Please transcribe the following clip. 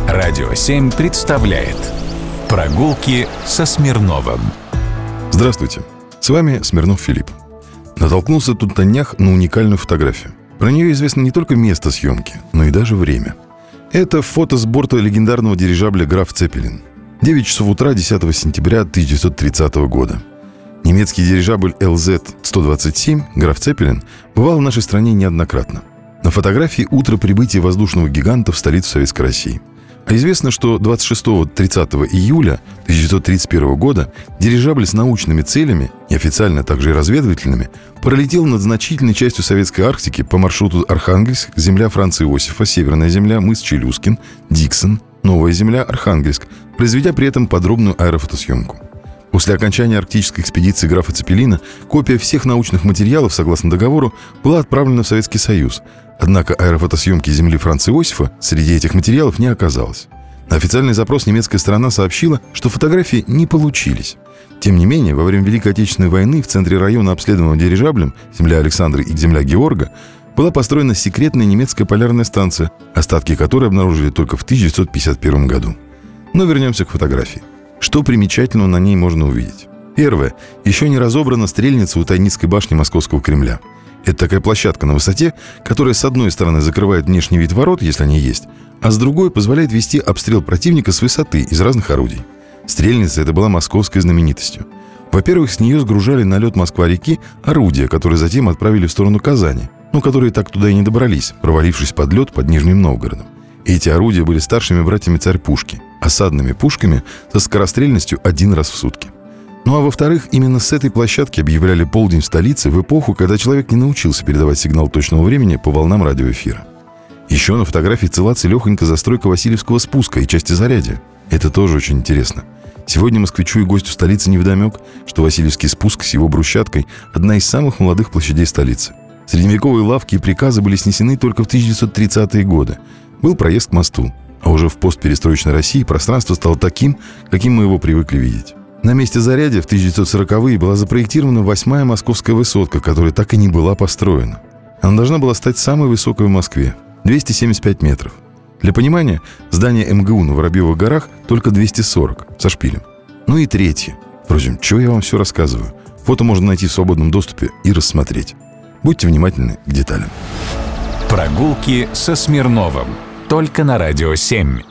Радио 7 представляет «Прогулки со Смирновым». Здравствуйте, с вами Смирнов Филипп. Натолкнулся тут на днях на уникальную фотографию. Про нее известно не только место съемки, но и даже время. Это фото с борта легендарного дирижабля «Граф Цеппелин». 9 часов утра 10 сентября 1930 года. Немецкий дирижабль ЛЗ-127 «Граф Цеппелин» бывал в нашей стране неоднократно. На фотографии утро прибытия воздушного гиганта в столицу Советской России. А известно, что 26-30 июля 1931 года дирижабль с научными целями, неофициально также и разведывательными, пролетел над значительной частью Советской Арктики по маршруту Архангельск, земля Франца Иосифа, Северная земля, мыс Челюскин, Диксон, Новая земля, Архангельск, произведя при этом подробную аэрофотосъемку. После окончания арктической экспедиции графа Цеппелина копия всех научных материалов, согласно договору, была отправлена в Советский Союз. Однако аэрофотосъемки земли Франца Иосифа среди этих материалов не оказалось. На официальный запрос немецкая сторона сообщила, что фотографии не получились. Тем не менее, во время Великой Отечественной войны в центре района, обследованного дирижаблем, земля Александры и земля Георга, была построена секретная немецкая полярная станция, остатки которой обнаружили только в 1951 году. Но вернемся к фотографии. Что примечательного на ней можно увидеть? Первое. Еще не разобрана стрельница у Тайницкой башни Московского Кремля. Это такая площадка на высоте, которая с одной стороны закрывает внешний вид ворот, если они есть, а с другой позволяет вести обстрел противника с высоты из разных орудий. Стрельница эта была московской знаменитостью. Во-первых, с нее сгружали на лед Москва-реки орудия, которые затем отправили в сторону Казани, но которые так туда и не добрались, провалившись под лед под Нижним Новгородом. Эти орудия были старшими братьями царь-пушки, осадными пушками со скорострельностью 1 раз в сутки. Ну а во-вторых, именно с этой площадки объявляли полдень в столице в эпоху, когда человек не научился передавать сигнал точного времени по волнам радиоэфира. Еще на фотографии цела целехонька застройка Васильевского спуска и части Зарядья. Это тоже очень интересно. Сегодня москвичу и гостю столицы невдомек, что Васильевский спуск с его брусчаткой – одна из самых молодых площадей столицы. Средневековые лавки и приказы были снесены только в 1930-е годы. Был проезд к мосту. А уже в постперестроечной России пространство стало таким, каким мы его привыкли видеть. На месте Зарядья в 1940-е была запроектирована 8-я московская высотка, которая так и не была построена. Она должна была стать самой высокой в Москве – 275 метров. Для понимания, здание МГУ на Воробьевых горах только 240, со шпилем. Ну и третье. Впрочем, чего я вам все рассказываю? Фото можно найти в свободном доступе и рассмотреть. Будьте внимательны к деталям. Прогулки со Смирновым. Только на Радио 7.